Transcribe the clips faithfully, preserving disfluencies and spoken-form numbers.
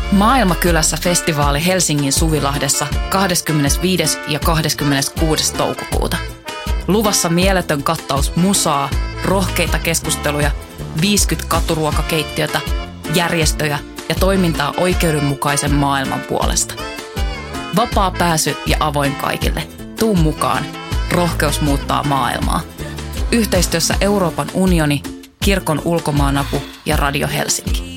Maailmakylässä festivaali Helsingin Suvilahdessa kahdeskymmenesviides ja kahdeskymmeneskuudes toukokuuta. Luvassa mieletön kattaus musaa, rohkeita keskusteluja, viisikymmentä katuruokakeittiötä, järjestöjä ja toimintaa oikeudenmukaisen maailman puolesta. Vapaa pääsy ja avoin kaikille. Tuu mukaan. Rohkeus muuttaa maailmaa. Yhteistyössä Euroopan unioni, Kirkon ulkomaanapu ja Radio Helsinki.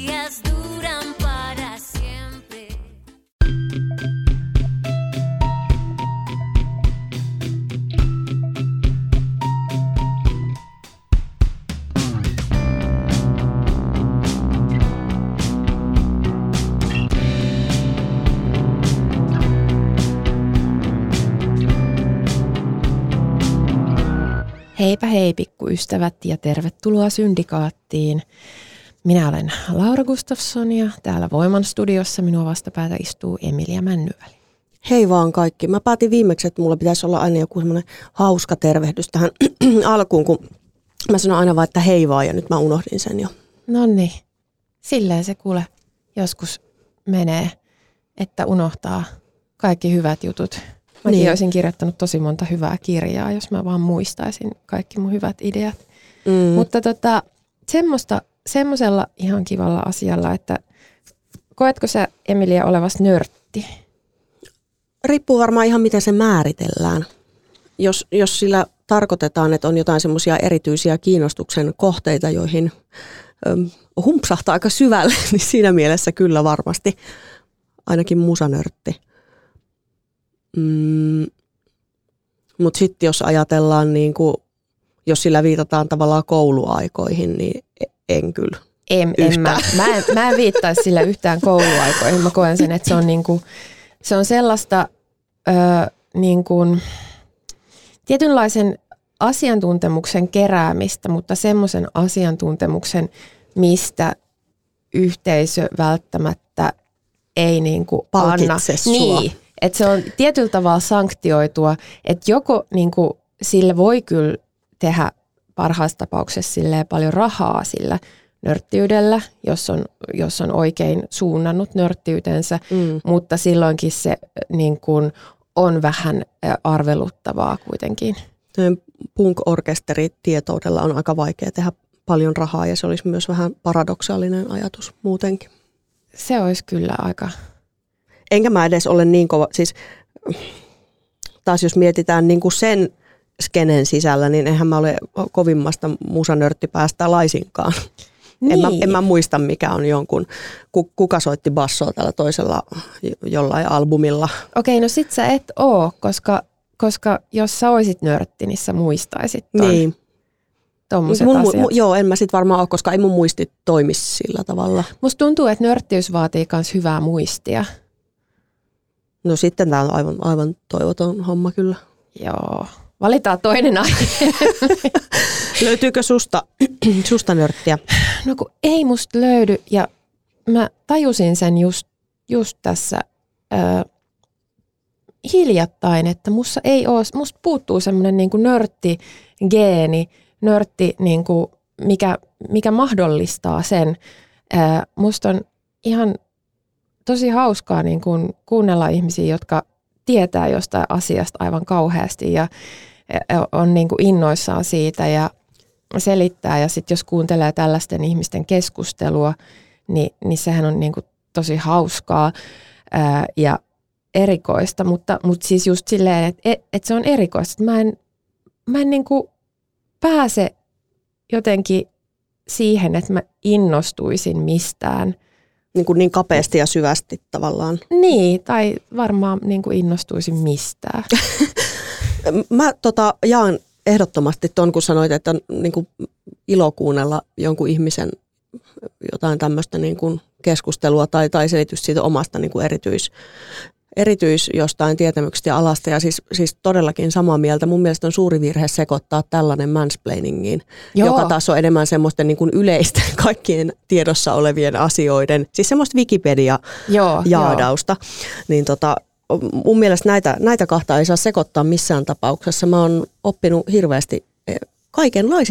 Heipä hei pikkuystävät ja tervetuloa Syndikaattiin. Minä olen Laura Gustafsson ja täällä Voiman studiossa minua vastapäätä istuu Emilia Männyväli. Hei vaan kaikki. Mä päätin viimeksi, että mulla pitäisi olla aina joku semmoinen hauska tervehdys tähän alkuun, kun mä sanon aina vaan, että hei vaan ja nyt mä unohdin sen jo. Noniin, silleen se kuule joskus menee, että unohtaa kaikki hyvät jutut. Mäkin niin. olisin kirjoittanut tosi monta hyvää kirjaa, jos mä vaan muistaisin kaikki mun hyvät ideat. Mm. Mutta tota, semmoista, semmoisella ihan kivalla asialla, että koetko sä, Emilia, olevas nörtti? Riippuu varmaan ihan miten se määritellään. Jos, jos sillä tarkoitetaan, että on jotain semmoisia erityisiä kiinnostuksen kohteita, joihin öm, humpsahtaa aika syvälle, niin siinä mielessä kyllä varmasti ainakin musanörtti. Mm, mutta sitten jos ajatellaan, niin kuin, jos sillä viitataan tavallaan kouluaikoihin, niin en kyllä en, en mä, mä, en, mä en viittaisi sillä yhtään kouluaikoihin. Mä koen sen, että se on, niinku, se on sellaista ö, niinku, tietynlaisen asiantuntemuksen keräämistä, mutta semmoisen asiantuntemuksen, mistä yhteisö välttämättä ei niinku anna. Niin. Että se on tietyllä tavalla sanktioitua, että joko niin kuin, sille voi kyllä tehdä parhaassa tapauksessa silleen paljon rahaa sillä nörttiydellä, jos on, jos on oikein suunnannut nörttiytensä, mm. mutta silloinkin se niin kuin, on vähän arveluttavaa kuitenkin. Punk-orkesteritiedoudella on aika vaikea tehdä paljon rahaa ja se olisi myös vähän paradoksaalinen ajatus muutenkin. Se olisi kyllä aika... Enkä mä edes ole niin kova, siis taas jos mietitään niin kuin sen skenen sisällä, niin eihän mä ole kovimmasta musanörttipäästä laisinkaan. Niin. En, mä, en mä muista mikä on jonkun, kuka soitti bassoa tällä toisella jollain albumilla. Okei, no sit sä et oo, koska, koska jos sä oisit nörtti, niin sä muistaisit ton. Niin. Tommoset mun, asiat. Mun, joo, en mä sit varmaan ole, koska ei mun muisti toimisi sillä tavalla. Musta tuntuu, että nörttiys vaatii myös hyvää muistia. No sitten tämä on aivan, aivan toivoton homma kyllä. Joo. Valitaan toinen aihe. Löytyykö susta, susta nörttiä? No kun ei musta löydy ja mä tajusin sen just, just tässä äh, hiljattain, että musta ei oo, musta puuttuu semmoinen niinku nörttigeeni, nörtti niinku, mikä, mikä mahdollistaa sen. Äh, musta on ihan tosi hauskaa niin kun kuunnella ihmisiä, jotka tietää jostain asiasta aivan kauheasti ja on niin kuin innoissaan siitä ja selittää. Ja sitten jos kuuntelee tällaisten ihmisten keskustelua, niin, niin sehän on niin kuin tosi hauskaa ää, ja erikoista. Mutta, mutta siis just silleen, että et se on erikoista. Mä en, mä en niin kuin pääse jotenkin siihen, että mä innostuisin mistään. Niin, kuin niin kapeasti ja syvästi tavallaan. Niin, tai varmaan niin kuin innostuisin mistään. Mä tota, jaan ehdottomasti ton, kun sanoit, että on niin kuin ilo kuunnella jonkun ihmisen jotain tämmöistä niin kuin keskustelua tai, tai selitys siitä omasta niin kuin erityis, erityis jostain tietämyksestä ja alasta. Ja siis, siis todellakin samaa mieltä. Mun mielestä on suuri virhe sekoittaa tällainen mansplainingiin, Joo. joka taas on enemmän semmoisten niin kuin yleisten kaikkien tiedossa olevien asioiden, siis semmoista Wikipedia-jaadausta. Niin tota, mun mielestä näitä, näitä kahta ei saa sekoittaa missään tapauksessa. Mä oon oppinut hirveästi kaikenlaisista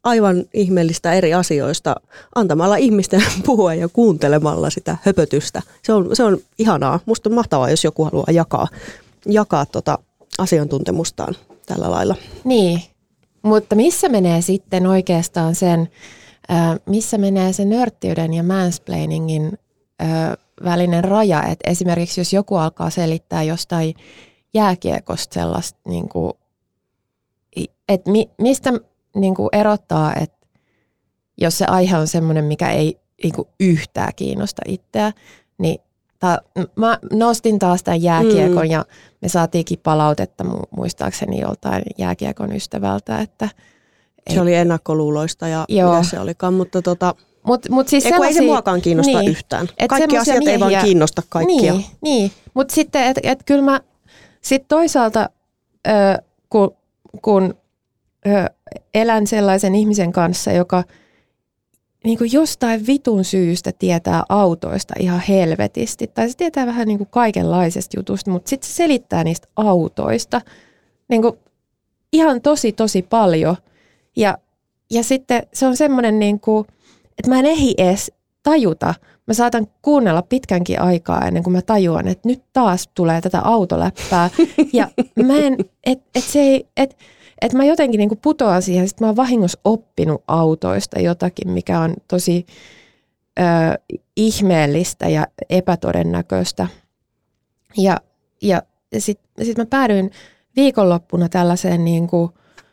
aivan ihmeellistä eri asioista antamalla ihmisten puhua ja kuuntelemalla sitä höpötystä. Se on, se on ihanaa. Musta on mahtavaa, jos joku haluaa jakaa, jakaa tota asiantuntemustaan tällä lailla. Niin, mutta missä menee sitten oikeastaan sen, äh, missä menee se nörttiyden ja mansplainingin äh, välinen raja, että esimerkiksi jos joku alkaa selittää jostain jääkiekosta sellaista, niin kuin, että mi, mistä niin kuin erottaa, että jos se aihe on semmoinen, mikä ei niin kuin yhtään kiinnosta itseä, niin ta, mä nostin taas tämän jääkiekon mm. ja me saatiinkin palautetta muistaakseni joltain jääkiekon ystävältä, että se ei, oli ennakkoluuloista ja joo. Mitä se olikaan, mutta tota, mut, mut siis ei, ei se muakaan kiinnosta niin, yhtään. Kaikki asiat miehiä, ei vaan kiinnosta kaikkia. Niin, niin. Mutta sitten, että et kyllä mä sit toisaalta, ö, kun, kun ö, elän sellaisen ihmisen kanssa, joka niin kuin jostain vitun syystä tietää autoista ihan helvetisti, tai se tietää vähän niin kuin kaikenlaisesta jutusta, mutta sitten se selittää niistä autoista niin kuin ihan tosi tosi paljon. Ja, ja sitten se on semmoinen, niin kuin, että mä en ehdi edes tajuta. Mä saatan kuunnella pitkänkin aikaa ennen kuin mä tajuan, että nyt taas tulee tätä autoläppää. Ja mä en, että et se ei, että et mä jotenkin niin kuin putoan siihen, sit mä oon vahingossa oppinut autoista jotakin, mikä on tosi ö, ihmeellistä ja epätodennäköistä. Ja, ja sitten sit mä päädyin viikonloppuna tällaiseen niin kuin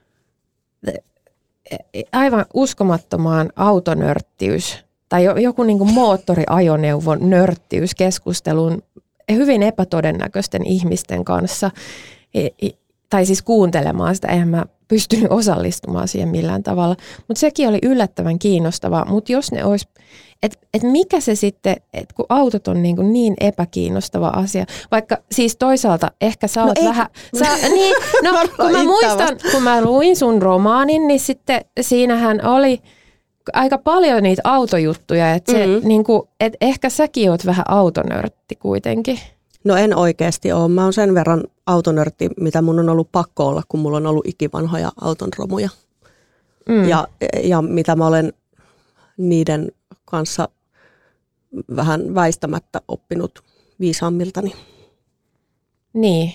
aivan uskomattomaan autonörttiys tai joku niin kuin moottoriajoneuvon nörttiyskeskustelun hyvin epätodennäköisten ihmisten kanssa. Tai siis kuuntelemaan sitä, eihän mä pystynyt osallistumaan siihen millään tavalla. Mutta sekin oli yllättävän kiinnostavaa. Mutta jos ne olisi, että et mikä se sitten, että kun autot on niin, niin epäkiinnostava asia, vaikka siis toisaalta ehkä sä oot no vähän, sä, niin, no kun mä muistan, kun mä luin sun romaanin, niin sitten siinähän oli aika paljon niitä autojuttuja, että mm-hmm. niinku, et ehkä säkin oot vähän autonörtti kuitenkin. No en oikeasti ole. Mä oon sen verran autonörtti, mitä mun on ollut pakko olla, kun mulla on ollut ikivanhoja autonromuja. Mm. Ja, ja mitä mä olen niiden kanssa vähän väistämättä oppinut viisaammiltani. Niin.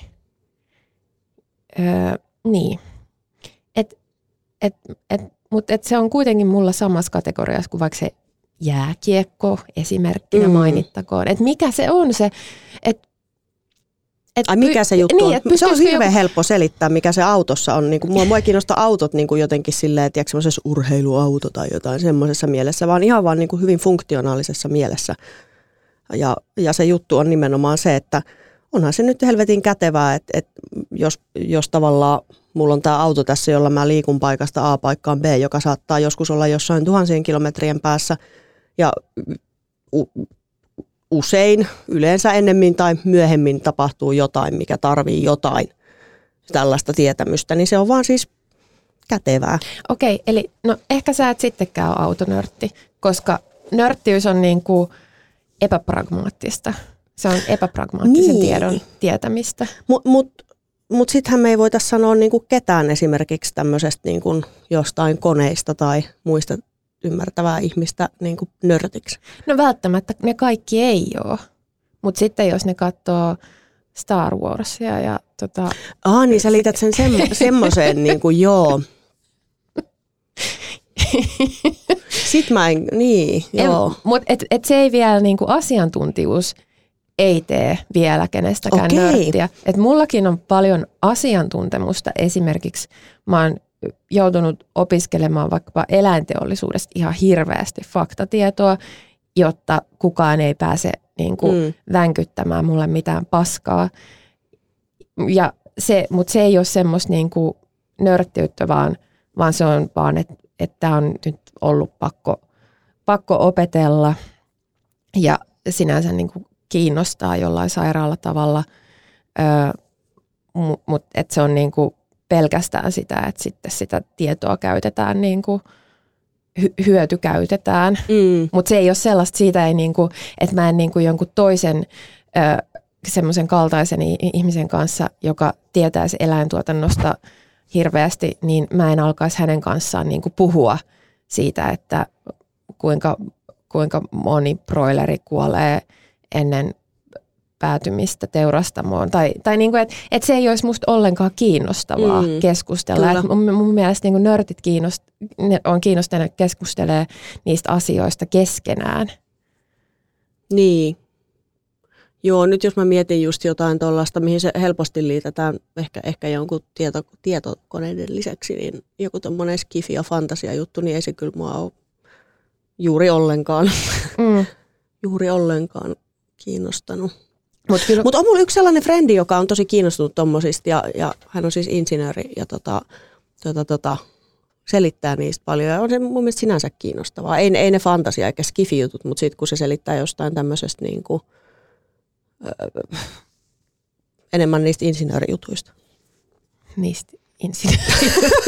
Öö, niin. Et, et, et, Mutta se on kuitenkin mulla samassa kategoriassa kuin vaikka se jääkiekko esimerkkinä mm. mainittakoon. Että mikä se on se, että Et Ai mikä se juttu niin, on? Se on hirveän joku helppo selittää, mikä se autossa on. Niin kuin, mua, mua ei kiinnosta autot niin kuin jotenkin silleen, että semmoisessa urheiluauto tai jotain semmoisessa mielessä, vaan ihan vaan niin kuin hyvin funktionaalisessa mielessä. Ja, ja se juttu on nimenomaan se, että onhan se nyt helvetin kätevää, että, että jos, jos tavallaan mulla on tämä auto tässä, jolla mä liikun paikasta A paikkaan B, joka saattaa joskus olla jossain tuhansien kilometrien päässä ja u, usein, yleensä ennemmin tai myöhemmin tapahtuu jotain, mikä tarvii jotain tällaista tietämystä, niin se on vaan siis kätevää. Okei, eli no ehkä sä et sittenkään ole autonörtti, koska nörttiys on niin kuin epäpragmaattista. Se on epäpragmaattisen niin. tiedon tietämistä. Mutta mut, mut sittenhän me ei voitaisiin sanoa niinku ketään esimerkiksi tämmöisestä niinku jostain koneista tai muista ymmärtävää ihmistä niinku nörtiksi. No välttämättä ne kaikki ei ole, mutta sitten jos ne katsoo Star Warsia ja tota... Ah, niin sä liität sen semmo- semmoiseen niinku, joo. Sitten mä en, niin, joo. Mutta et, et se ei vielä niinku asiantuntijuus ei tee vielä kenestäkään Okei. nörttiä. Et mullakin on paljon asiantuntemusta. Esimerkiksi mä oon joutunut opiskelemaan vaikkapa eläinteollisuudesta ihan hirveästi faktatietoa, jotta kukaan ei pääse niin kuin mm. vänkyttämään mulle mitään paskaa. Ja se, mutta se ei ole semmoista niin kuin nörttiyttä, vaan, vaan se on vaan, että että on nyt ollut pakko, pakko opetella ja sinänsä niin kuin kiinnostaa jollain sairaalla tavalla, öö, mutta että se on niin kuin pelkästään sitä, että sitten sitä tietoa käytetään, niin kuin hy- hyöty käytetään. Mm. Mutta se ei ole sellaista, siitä ei niin kuin, että mä en niin kuin jonkun toisen öö, semmoisen kaltaisen ihmisen kanssa, joka tietää eläintuotannosta hirveästi, niin mä en alkaisi hänen kanssaan niin kuin puhua siitä, että kuinka, kuinka moni broileri kuolee ennen päätymistä teurastamoon. Tai, tai niin kuin, että et se ei olisi musta ollenkaan kiinnostavaa mm, keskustella. Et mun, mun mielestä niin kuin nörtit kiinnost, ne on kiinnostuneet keskustelemaan niistä asioista keskenään. Niin. Joo, nyt jos mä mietin just jotain tuollaista, mihin se helposti liitetään, ehkä, ehkä jonkun tieto, tietokoneiden lisäksi, niin joku tommoinen skifi- ja fantasia-juttu, niin ei se kyllä mua ole juuri ollenkaan, mm. juuri ollenkaan kiinnostanut. Mutta Mut on mulla yksi sellainen frendi, joka on tosi kiinnostunut tommosista, ja, ja hän on siis insinööri, ja tota, tota, tota, selittää niistä paljon, ja on se mun mielestä sinänsä kiinnostavaa. Ei, ei ne fantasia eikä skifi-jutut, mutta sitten kun se selittää jostain tämmöisestä niin kuin, öö, enemmän niistä insinöörijutuista. Niistä insinöörijutuista.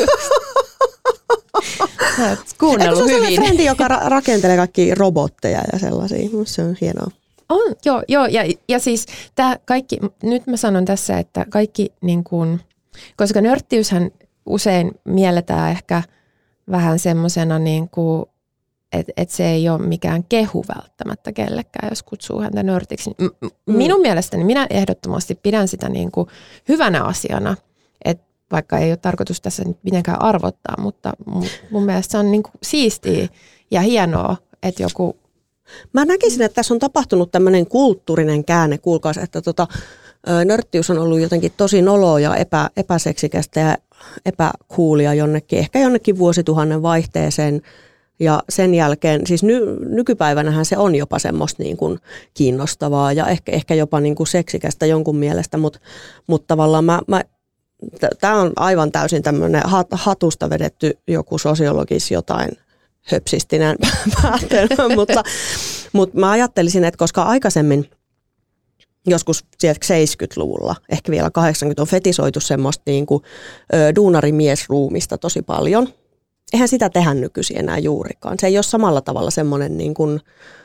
Kuunnellut hyvin. Se on hyvin. frendi, joka ra- rakentelee kaikki robotteja ja sellaisia. Se on hienoa. On, joo, joo. Ja, ja siis tämä kaikki, nyt mä sanon tässä, että kaikki niin kuin, koska nörttiyshän usein mielletään ehkä vähän semmoisena, niin kuin, että, että se ei ole mikään kehu välttämättä kellekään, jos kutsuu häntä nörtiksi. M- minun mm. mielestäni minä ehdottomasti pidän sitä niin kuin hyvänä asiana, että vaikka ei ole tarkoitus tässä nyt mitenkään arvottaa, mutta mun mielestä se on niin kuin siistiä ja hienoa, että joku... Mä näkisin, että tässä on tapahtunut tämmöinen kulttuurinen käänne, kuulkaas, että tota, nörttiys on ollut jotenkin tosi noloa ja epä, epäseksikästä ja epäkuulia jonnekin, ehkä jonnekin vuosituhannen vaihteeseen. Ja sen jälkeen, siis ny, nykypäivänähän se on jopa semmoista niin kuin kiinnostavaa ja ehkä, ehkä jopa niin kuin seksikästä jonkun mielestä, mutta mut tavallaan mä... mä tämä on aivan täysin tämmöinen hatusta vedetty joku sosiologis jotain höpsistinen päätelmä, mutta, mutta mä ajattelisin, että koska aikaisemmin joskus seitsemänkymmentäluvulla, ehkä vielä kahdeksankymmentä on fetisoitu semmoista niin kuin ö, duunarimiesruumista tosi paljon. Eihän sitä tehdä nykyisin enää juurikaan. Se ei ole samalla tavalla semmoinen niin kuin,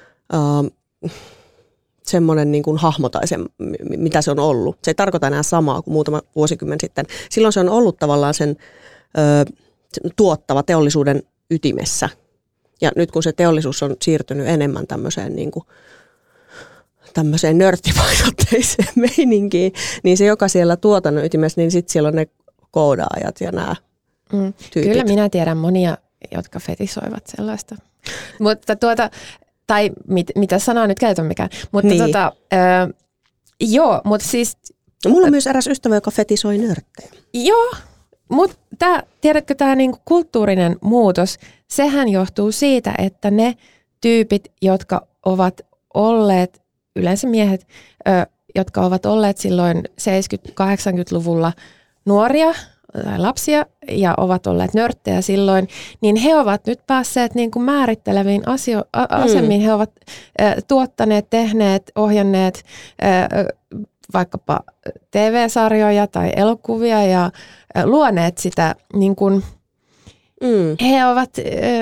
ö, semmoinen niin kuin hahmo tai se, mitä se on ollut. Se ei tarkoita enää samaa kuin muutama vuosikymmen sitten. Silloin se on ollut tavallaan sen ö, tuottava teollisuuden ytimessä. Ja nyt kun se teollisuus on siirtynyt enemmän tämmöiseen, niin kuin, tämmöiseen nörttipainotteiseen meininkiin, niin se joka siellä tuotannon ytimessä, niin sitten siellä on ne koodaajat ja nämä mm. tyypit. Kyllä minä tiedän monia, jotka fetisoivat sellaista. Mutta tuota... Tai mit, mitä sanaa nyt käytän mikään. Mutta niin. tota, ö, joo, mutta siis... Mulla on myös eräs ystävä, joka fetisoi nörttejä. Joo, mutta tiedätkö tämä niinku kulttuurinen muutos, sehän johtuu siitä, että ne tyypit, jotka ovat olleet, yleensä miehet, ö, jotka ovat olleet silloin seitsemänkymmentä-kahdeksankymmentäluvulla nuoria, tai lapsia ja ovat olleet nörttejä silloin, niin he ovat nyt päässeet niin kuin määritteleviin asio- a- asemiin. Mm. He ovat äh, tuottaneet, tehneet, ohjanneet äh, vaikkapa T V-sarjoja tai elokuvia ja äh, luoneet sitä, niin kuin, mm. he ovat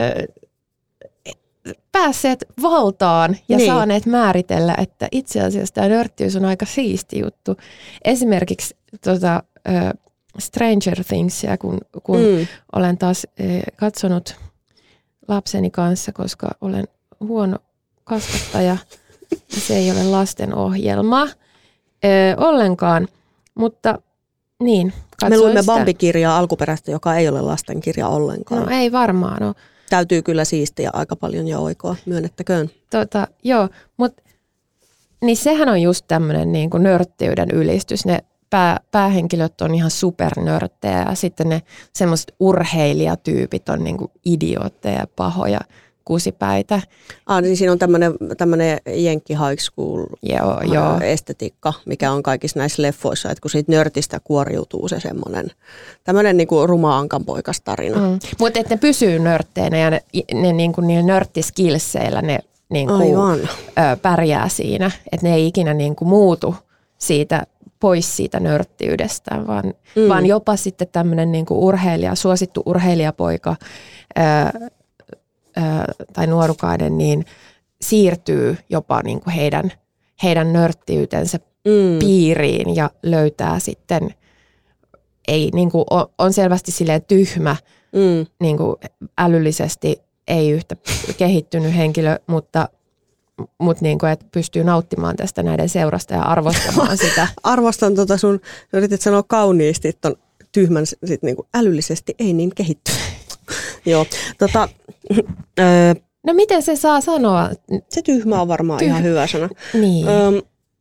äh, päässeet valtaan ja niin. saaneet määritellä, että itse asiassa tämä nörttiys on aika siisti juttu. Esimerkiksi tota, äh, Stranger Thingsia, kun, kun mm. olen taas eh, katsonut lapseni kanssa, koska olen huono kasvattaja. Se ei ole lastenohjelma eh, ollenkaan, mutta niin. Me luimme Bambi-kirjaa alkuperäistä, joka ei ole lastenkirja ollenkaan. No ei varmaan ole. Täytyy kyllä siistiä aika paljon ja oikoa, myönnettäköön. Tota, joo, mutta niin sehän on just tämmöinen niin kuin nörttiyden ylistys. Ne Pää, päähenkilöt on ihan supernörttejä ja sitten ne semmoiset urheilijatyypit on niinku idiootteja, pahoja, kusipäitä. Ah, niin siinä on tämmöinen, tämmöinen jenkki high school joo, joo. estetiikka, mikä on kaikissa näissä leffoissa, että kun siitä nörtistä kuoriutuu se semmoinen, tämmöinen niinku ruma ankanpoikastarina. Mm. Mutta että ne pysyy nörtteinä ja ne, ne niinku niillä nörttiskillseillä ne niinku, ö, pärjää siinä, että ne ei ikinä niinku muutu siitä pois siitä nörttiydestä, vaan, mm. vaan jopa sitten tämmöinen niinku urheilija, suosittu urheilijapoika ää, ää, tai nuorukainen, niin siirtyy jopa niinku heidän, heidän nörttiytensä mm. piiriin ja löytää sitten ei niin kuin, on, on selvästi silleen tyhmä, Mm. niin kuin älyllisesti ei yhtä kehittynyt henkilö, mutta, mutta niin kuin, että pystyy nauttimaan tästä näiden seurasta ja arvostamaan sitä. Arvostan tota sun, yritit sanoa kauniisti, ton tyhmän sit niinku älyllisesti ei niin kehittynyt. Joo, tota... Öö, no miten se saa sanoa? Se tyhmä on varmaan Tyh- ihan hyvä sana. Niin. Öö,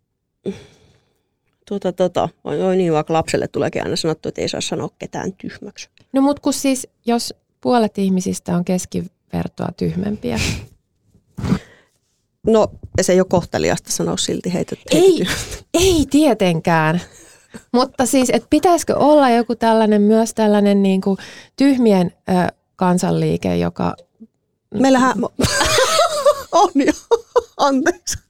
tota, tota, oi niin, vaikka lapselle tuleekin aina sanottu, että ei saa sanoa ketään tyhmäksi. No mut kun siis, jos puolet ihmisistä on keskivertoa tyhmempiä. No se ei ole kohteliasta sanoa silti heitä. Ei, ei tietenkään. Mutta siis, että pitäisikö olla joku tällainen, myös tällainen niin kuin tyhmien ö, kansanliike, joka... Meillähän on jo, anteeksi.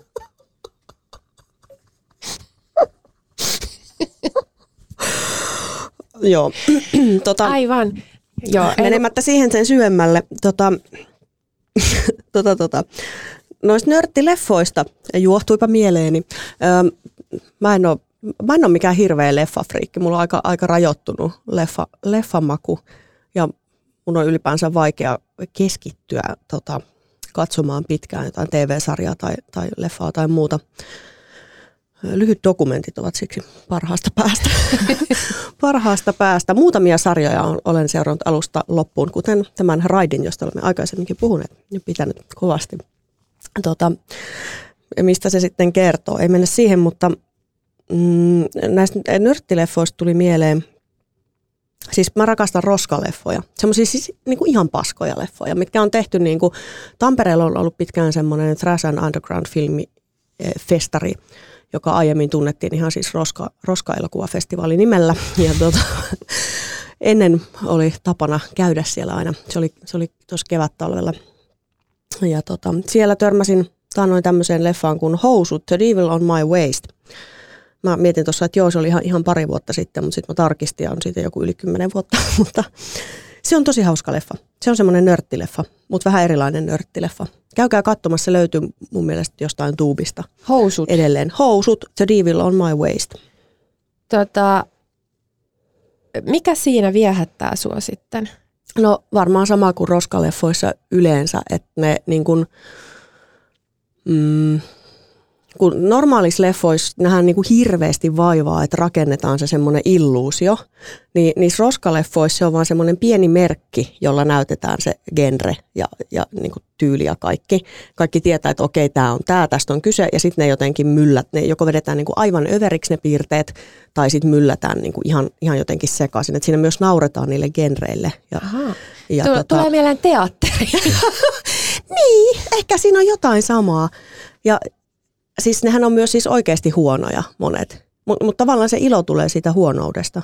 Joo. tota, Aivan. Joo, menemättä en... siihen sen syvemmälle, tota, tota, tota, noista nörttileffoista juohtuipa mieleeni. Öö, mä en ole Mä en ole mikään hirveä leffafriikki. Mulla on aika, aika rajoittunut leffa, leffamaku ja mun on ylipäänsä vaikea keskittyä tota, katsomaan pitkään jotain T V-sarjaa tai, tai leffaa tai muuta. Lyhyt dokumentit ovat siksi parhaasta päästä. parhaasta päästä. Muutamia sarjoja on, olen seurannut alusta loppuun, kuten tämän Raidin, josta olemme aikaisemminkin puhuneet ja pitänyt kovasti. Tota, mistä se sitten kertoo? Ei mennä siihen, mutta Mm, näistä nörttileffoista tuli mieleen, siis mä rakastan roskaleffoja, semmoisia siis niinku ihan paskoja leffoja, mitkä on tehty niinku, Tampereella on ollut pitkään semmoinen Thrash and Underground filmifestari, joka aiemmin tunnettiin ihan siis roska, roska-elokuvafestivaalin nimellä ja tota, ennen oli tapana käydä siellä aina, se oli, se oli tuossa kevättalvella ja tota, siellä törmäsin taannoin tämmöiseen leffaan kuin Housut, The Devil on My Waist. Mä mietin tuossa, että joo, se oli ihan, ihan pari vuotta sitten, mutta sitten mä tarkistin ja on siitä joku yli kymmenen vuotta. Mutta se on tosi hauska leffa. Se on semmoinen nörttileffa, mutta vähän erilainen nörttileffa. Käykää katsomassa, se löytyy mun mielestä jostain tuubista. Housut. Edelleen. Housut, The Devil on My Waist. Tota, mikä siinä viehättää sua sitten? No varmaan sama kuin roskaleffoissa yleensä, että ne niin kuin... Mm, kun normaalissa leffoissa nähdään niin kuin hirveästi vaivaa, että rakennetaan se semmoinen illuusio, niin niissä roskaleffoissa se on vaan semmoinen pieni merkki, jolla näytetään se genre ja, ja niin kuin tyyli ja kaikki. Kaikki tietää, että okei, tämä on tämä, tästä on kyse, ja sitten ne jotenkin myllät, ne joko vedetään niin kuin aivan överiksi ne piirteet, tai sitten myllätään niin kuin ihan, ihan jotenkin sekaisin. Että siinä myös nauretaan niille genreille. Ja, ja Tuo, tota... Tulee mieleen teatteri. Niin, ehkä siinä on jotain samaa. Ja siis nehän on myös siis oikeasti huonoja monet, mutta mut tavallaan se ilo tulee siitä huonoudesta.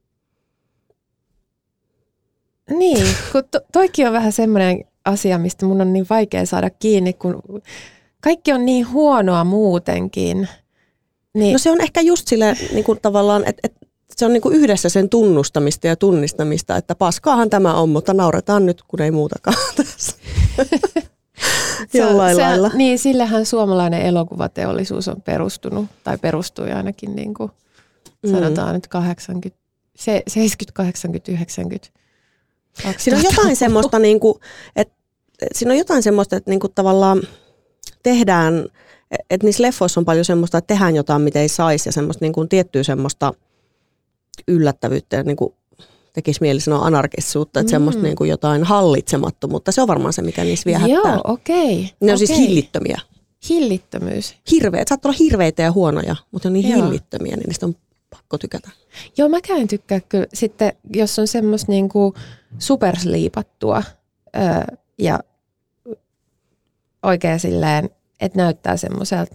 Niin, kun to, toikin on vähän semmoinen asia, mistä mun on niin vaikea saada kiinni, kun kaikki on niin huonoa muutenkin. Niin. No se on ehkä just sille niin kuin tavallaan, että et, se on niin kuin yhdessä sen tunnustamista ja tunnistamista, että paskaahan tämä on, mutta nauretaan nyt, kun ei muutakaan tässä. Jollain se, lailla. Niin, sillehän suomalainen elokuvateollisuus on perustunut, tai perustui ainakin niin kuin mm. sanotaan nyt kahdeksankymmentä, seitsemänkymmentä, kahdeksankymmentä, yhdeksänkymmentä. Siinä on jotain semmoista, niin kuin, että, siinä on jotain semmoista, että niin kuin tavallaan tehdään, että niissä leffoissa on paljon semmoista, että tehdään jotain, mitä ei saisi, ja semmoista niin kuin tiettyä semmoista yllättävyyttä, niin kuin tekisi mieli sanoa anarkistisuutta, että mm. semmoista niin kuin jotain hallitsemattomuutta. Se on varmaan se, mikä niissä viehättää. Joo, okei. Okay. Ne on okay. siis hillittömiä. Hillittömyys. Hirveät. Saat olla hirveitä ja huonoja, mutta on niin Joo. hillittömiä, niin niistä on pakko tykätä. Joo, mäkään tykkään kyllä. Sitten jos on semmoista niin kuin supersliipattua öö, ja oikein silleen, että näyttää semmoiselta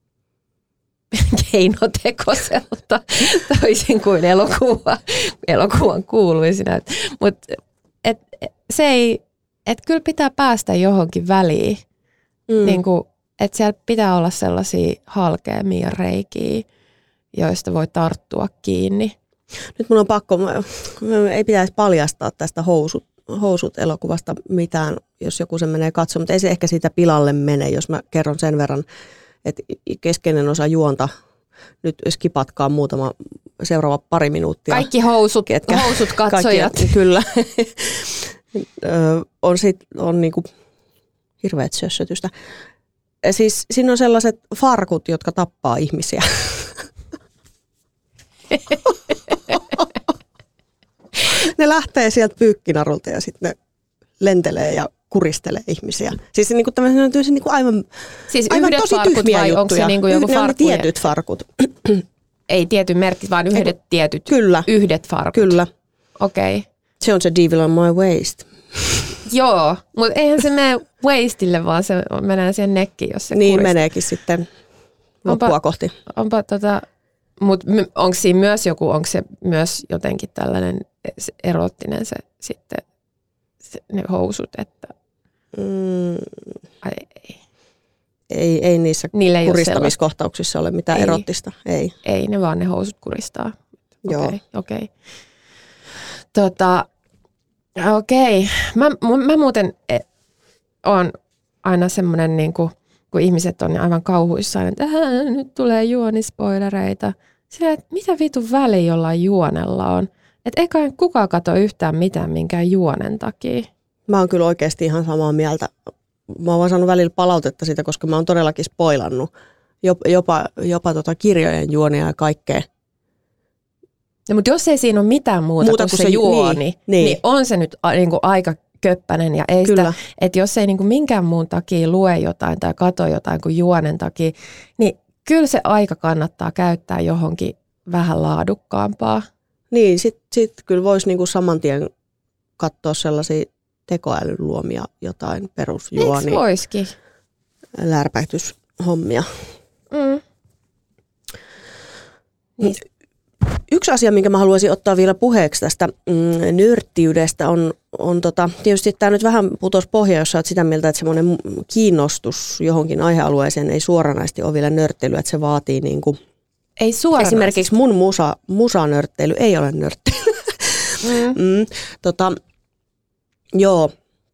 keinotekoiselta, toisin kuin elokuva, elokuvan kuuluisi näyttää. Mutta et, et, se ei, että kyllä pitää päästä johonkin väliin. Mm. Niin kuin, että siellä pitää olla sellaisia halkeamia reikiä, joista voi tarttua kiinni. Nyt mun on pakko, ei pitäisi paljastaa tästä housut, housut elokuvasta mitään, jos joku sen menee katsomaan, mutta ei se ehkä siitä pilalle mene, jos mä kerron sen verran, että keskeinen osa juonta, nyt skipatkaa muutama seuraava pari minuuttia. Kaikki housut, ketkä, housut katsojat. Kaikki, kyllä. on sit, on niinku hirveät sössötystä. Siis siinä on sellaiset farkut, jotka tappaa ihmisiä. Ne lähtee sieltä pyykkinarulta ja sitten ne lentelee ja kuristelee ihmisiä. Siis niinku tämmöinen niinku aivan, siis aivan yhdet tosi farkut tyhmiä vai juttuja. onko se niinku joku ne on ne farkkujen? tietyt farkut. Ei tietyn merkki, vaan yhdet tietyt. Kyllä. Yhdet farkut. Kyllä. Okei. Okay. Se on se devil on my waist. Joo, mutta eihän se mene waistille, vaan se menee siihen nekkiin, jos se Niin kuristaa. meneekin sitten loppua onpa, kohti. Onpa tota, mutta onko siinä myös joku, onko se myös jotenkin tällainen erottinen se sitten se, ne housut, että Mm, ai ei. ei, ei niissä Niillä ei kuristamiskohtauksissa ole mitään ei. erottista. Ei. Ei, ne vaan ne housut kuristaa. Joo. Okei, okei. Tota, okei. Mä, mä muuten on aina semmoinen, niin kuin, kun ihmiset on aivan kauhuissaan, että nyt tulee juonispoilereita. Sillä, että mitä vitun väliä jollain juonella on? Että eikä kukaan katso yhtään mitään minkään juonen takia. Mä oon kyllä oikeasti ihan samaa mieltä. Mä oon vaan saanut välillä palautetta siitä, koska mä oon todellakin spoilannut jopa, jopa, jopa tota kirjojen juonia ja kaikkea. No, mutta jos ei siinä ole mitään muuta, muuta kuin se, se juoni, niin, niin. niin on se nyt niin kuin aika köppänen. Ja ei sitä, että jos ei niin kuin minkään muun takia lue jotain tai katso jotain kuin juonen takia, niin kyllä se aika kannattaa käyttää johonkin vähän laadukkaampaa. Niin, sit, sit kyllä voisi niinku saman tien katsoa sellaisia tekoälyn luomia jotain perusjuoni. Eikö voisikin? Lärpäytyshommia. Mm. Niin. Yksi asia, minkä mä haluaisin ottaa vielä puheeksi tästä mm, nörttiydestä on, on tota, tietysti tämä nyt vähän putosi pohja, jos sä oot sitä mieltä, että semmoinen kiinnostus johonkin aihealueeseen ei suoranaisesti ole vielä nörttelyä, että se vaatii niinku, ei suoranaisesti. Esimerkiksi mun musa, musanörttely ei ole nörttely. Mm. mm, tota, joo.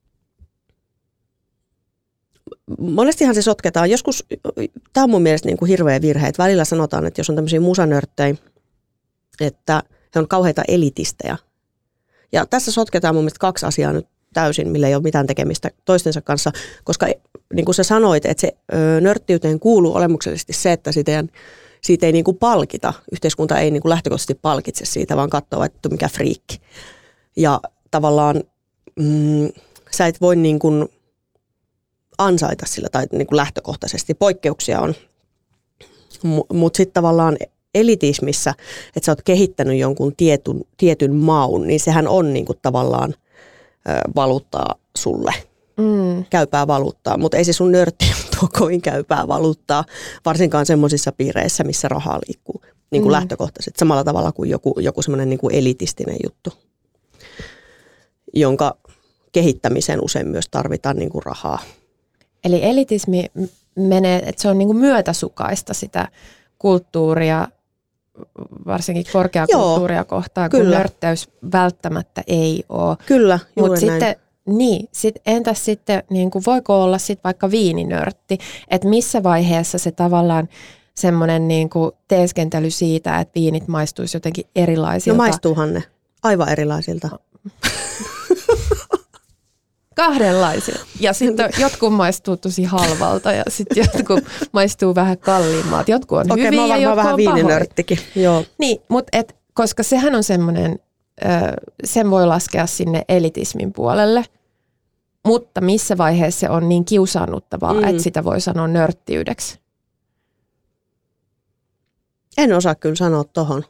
Monestihan se sotketaan. Joskus, tämä on mun mielestä niin kuin hirveä virhe, että välillä sanotaan, että jos on tämmöisiä musanörttejä, että he on kauheita elitistejä. Ja tässä sotketaan mun mielestä kaksi asiaa nyt täysin, millä ei ole mitään tekemistä toistensa kanssa, koska niin kuin sä sanoit, että se ö, nörttiyteen kuuluu olemuksellisesti se, että siitä ei, siitä ei niin kuin palkita. Yhteiskunta ei niin kuin lähtökohtaisesti palkitse siitä, vaan katsoo, että mikä friikki. Ja tavallaan mm, sä et voi niin kuin ansaita sillä tai niin kuin lähtökohtaisesti. Poikkeuksia on. M- Mutta sitten tavallaan elitismissä, että sä oot kehittänyt jonkun tietyn, tietyn maun, niin sehän on niin kuin tavallaan ö, valuuttaa sulle. Mm. Käypää valuuttaa, mutta ei se sun nörtti tuo kovin käypää valuuttaa, varsinkaan semmoisissa piireissä, missä rahaa liikkuu niin kuin mm. lähtökohtaisesti. Samalla tavalla kuin joku, joku semmoinen niin kuin elitistinen juttu, jonka kehittämiseen usein myös tarvitaan niin kuin rahaa. Eli elitismi menee, että se on niin kuin myötäsukaista sitä kulttuuria, varsinkin korkeakulttuuria Joo, kohtaan, kun kyllä. nörtteys välttämättä ei ole. Kyllä, juuri Mut näin. Sitten, niin, sit, entäs sitten, niin kuin voiko olla sit vaikka viininörtti, että missä vaiheessa se tavallaan semmoinen niin kuin teeskentely siitä, että viinit maistuisi jotenkin erilaisilta. No maistuuhan ne, aivan erilaisilta. Kahdenlaisia. Ja sitten jotkut maistuu tosi halvalta ja sitten jotkut maistuu vähän kalliimmat. Jotkut on Okei, hyviä ja jotkut vähän on viininörttikin. Joo. Niin, mutta et, koska sehän on semmoinen, sen voi laskea sinne elitismin puolelle, mutta missä vaiheessa se on niin kiusaannuttavaa, mm. että sitä voi sanoa nörttiydeksi? En osaa kyllä sanoa tohon.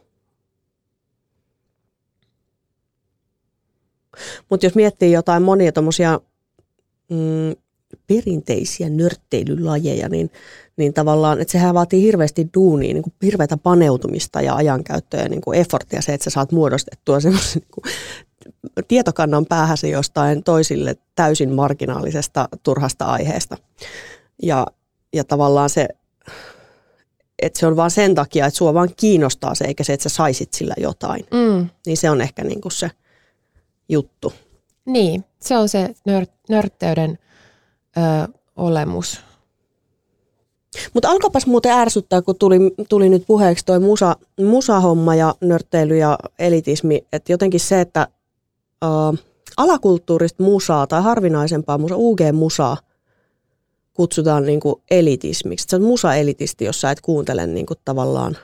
Mutta jos miettii jotain monia tommosia mm, perinteisiä nörtteilylajeja, niin, niin tavallaan, että sehän vaatii hirveästi duunia, niin kuin hirveätä paneutumista ja ajankäyttöä ja niin kuin efforttia se, että sä saat muodostettua semmoisen niin kuin tietokannan päähäsi jostain toisille täysin marginaalisesta, turhasta aiheesta. Ja, ja tavallaan se, että se on vaan sen takia, että sua vaan kiinnostaa se, eikä se, että sä saisit sillä jotain. Mm. Niin se on ehkä niin kuin se juttu. Niin, se on se nör, nörtteyden ö, olemus. Mutta alkapas muuten ärsyttää, kun tuli, tuli nyt puheeksi toi musa, musahomma ja nörtteily ja elitismi, että jotenkin se, että ä, alakulttuurista musaa tai harvinaisempaa musaa, U G-musaa kutsutaan niinku elitismiksi. Se on musa-elitisti, jos sä et kuuntele niinku tavallaan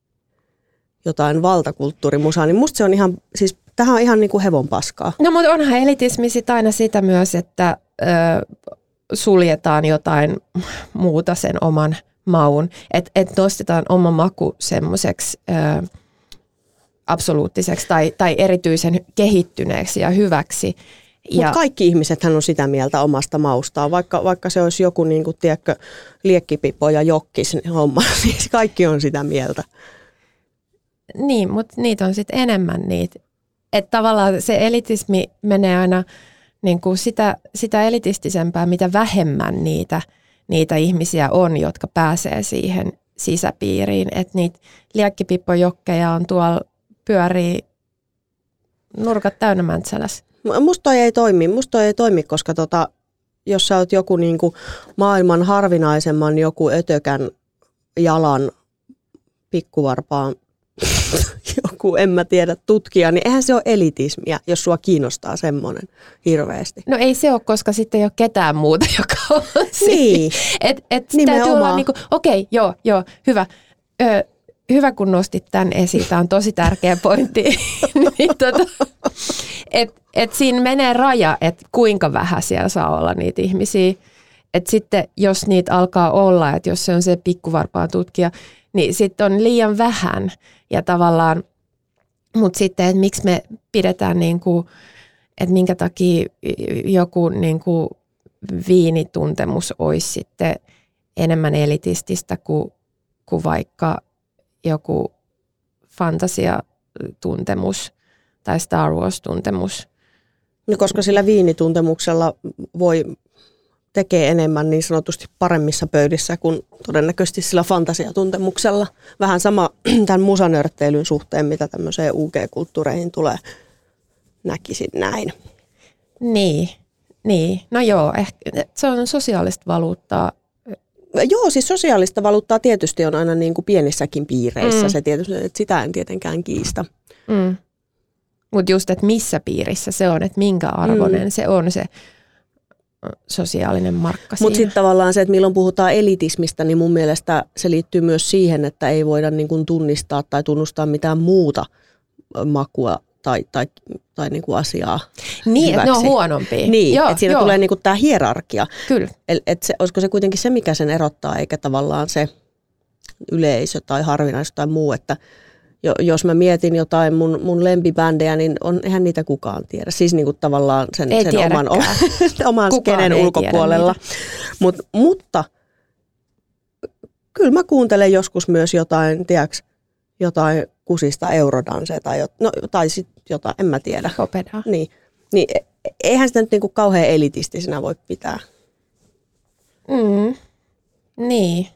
jotain valtakulttuurimusaa, niin musta se on ihan, siis tämähän on ihan niinku hevon paskaa. No mutta onhan elitismi sit aina sitä myös, että ö, suljetaan jotain muuta sen oman maun. Että et nostetaan oma maku semmoiseksi ö, absoluuttiseksi tai, tai erityisen kehittyneeksi ja hyväksi. Mutta kaikki ihmisethän on sitä mieltä omasta maustaan, vaikka, vaikka se olisi joku niin kuin, tiedätkö, liekkipipo ja jokkis homma, niin kaikki on sitä mieltä. Niin, mutta niitä on sitten enemmän niitä. Että tavallaan se elitismi menee aina niin kuin sitä, sitä elitistisempää, mitä vähemmän niitä, niitä ihmisiä on, jotka pääsee siihen sisäpiiriin. Että niitä liekkipipojokkeja on tuolla pyörii nurkat täynnä Mäntsälässä. Musta toi ei toimi, musta toi ei toimi, koska tota, jos sä oot joku niinku maailman harvinaisemman joku ötökän jalan pikkuvarpaan joku, en mä tiedä, tutkija, niin eihän se ole elitismiä, jos sua kiinnostaa semmoinen hirveästi. No ei se ole, koska sitten ei ole ketään muuta, joka on niin. Et, et täytyy olla niin kuin, okei, okay, joo, joo, hyvä. Ö, hyvä, kun nostit tämän esiin. Tämä on tosi tärkeä pointti. niin, tota, et, et siinä menee raja, että kuinka vähän siellä saa olla niitä ihmisiä. Et sitten jos niitä alkaa olla, että jos se on se pikkuvarpaan tutkija, niin sitten on liian vähän. Ja tavallaan, mutta sitten, että miksi me pidetään, niin kuin, että minkä takia joku niin kuin viinituntemus olisi sitten enemmän elitististä kuin, kuin vaikka joku fantasiatuntemus tai Star Wars-tuntemus. No koska sillä viinituntemuksella voi tekee enemmän niin sanotusti paremmissa pöydissä kuin todennäköisesti sillä fantasiatuntemuksella. Vähän sama tämän musanörtteilyn suhteen, mitä tämmöiseen U G-kulttuureihin tulee, näkisin näin. Niin, niin. No joo, ehkä se on sosiaalista valuuttaa. Joo, siis sosiaalista valuuttaa tietysti on aina niin kuin pienissäkin piireissä, mm. se tietysti, että sitä en tietenkään kiistä. Mm. Mutta just, että missä piirissä se on, että minkä arvoinen mm. se on se sosiaalinen markka. Mutta sitten tavallaan se, että milloin puhutaan elitismistä, niin mun mielestä se liittyy myös siihen, että ei voida niin kuin tunnistaa tai tunnustaa mitään muuta makua tai, tai, tai niin kuin asiaa niin, hyväksi. Että ne on huonompia. Niin, että siinä joo. tulee niin kuin tämä hierarkia. Kyllä. Et, et se, olisiko se kuitenkin se, mikä sen erottaa, eikä tavallaan se yleisö tai harvinaisuus tai muu, että jos mä mietin jotain mun, mun lempibändejä, niin on, eihän niitä kukaan tiedä. Siis niin kuin tavallaan sen, sen oman, oman skenen ulkopuolella. Mut, mutta kyllä mä kuuntelen joskus myös jotain, tiedätkö, jotain kusista eurodanseja tai, no, tai sitten jotain, en mä tiedä. Opedaa. Niin, niin eihän sitä nyt niin kuin kauhean elitistisenä voi pitää. Mm. Niin.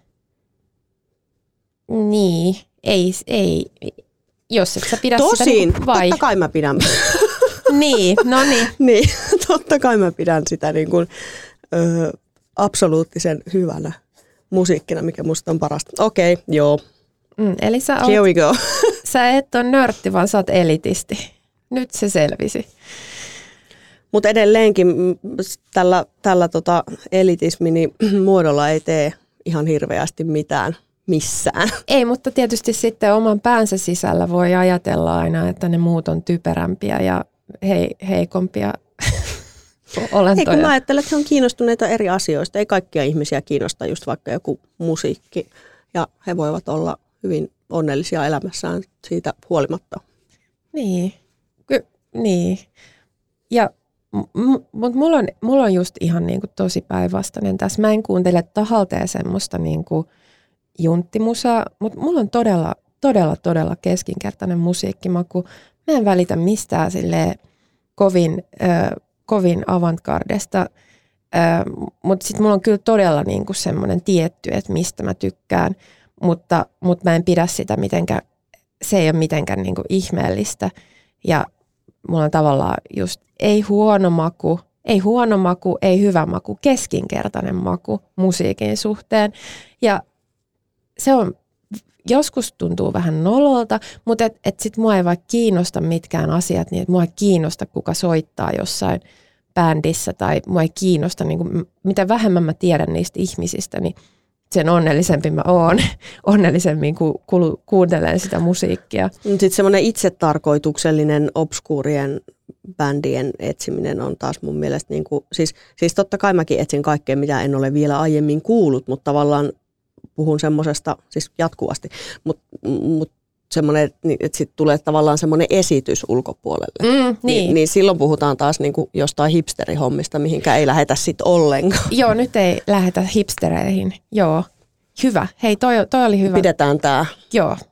Niin. Ei, ei, jos et sä pidä Tosin, sitä niin vai... totta kai mä pidän. Niin, no niin. niin, totta kai mä pidän sitä niin kuin, ö, absoluuttisen hyvänä musiikkina, mikä musta on parasta. Okei, okay, joo. Mm, eli sä, Here oot, we go. sä et ole nörtti, vaan sä oot elitisti. Nyt se selvisi. Mutta edelleenkin tällä, tällä tota elitismin muodolla ei tee ihan hirveästi mitään. Missään. Ei, mutta tietysti sitten oman päänsä sisällä voi ajatella aina, että ne muut on typerämpiä ja hei, heikompia olentoja. Ei, kun mä ajattelen, että he on kiinnostuneita eri asioista. Ei kaikkia ihmisiä kiinnosta just vaikka joku musiikki. Ja he voivat olla hyvin onnellisia elämässään siitä huolimatta. Niin, Ky- niin. Ja m- mutta mulla on, mulla on just ihan niinku tosi päinvastainen tässä. Mä en kuuntele tahalteen semmoista niinku junttimusaa, mutta mulla on todella, todella, todella keskinkertainen musiikkimaku. Mä en välitä mistään silleen kovin, äh, kovin avantgardesta, äh, mutta sitten mulla on kyllä todella niinku semmoinen tietty, että mistä mä tykkään, mutta, mutta mä en pidä sitä mitenkään, se ei ole mitenkään niinku ihmeellistä. Ja mulla on tavallaan just ei huono maku, Ei huono maku, ei hyvä maku, keskinkertainen maku musiikin suhteen. Ja se on, joskus tuntuu vähän nololta, mutta et, et sit mua ei vaikka kiinnosta mitkään asiat, niin että mua ei kiinnosta kuka soittaa jossain bändissä tai mua ei kiinnosta, niin kuin, mitä vähemmän mä tiedän niistä ihmisistä, niin sen onnellisempi mä oon, onnellisemmin ku, ku, kuuntelen sitä musiikkia. Sitten semmoinen itsetarkoituksellinen obskuurien bändien etsiminen on taas mun mielestä, niin kuin, siis, siis totta kai mäkin etsin kaikkea, mitä en ole vielä aiemmin kuullut, mutta tavallaan puhun semmoisesta, siis jatkuvasti, mutta mut semmoinen, että sitten tulee tavallaan semmoinen esitys ulkopuolelle. Mm, niin. Ni, niin silloin puhutaan taas niinku jostain hipsterihommista, mihinkä ei lähetä sitten ollenkaan. Joo, nyt ei lähetä hipstereihin. Joo, hyvä. Hei, toi, toi oli hyvä. Pidetään tämä. Joo,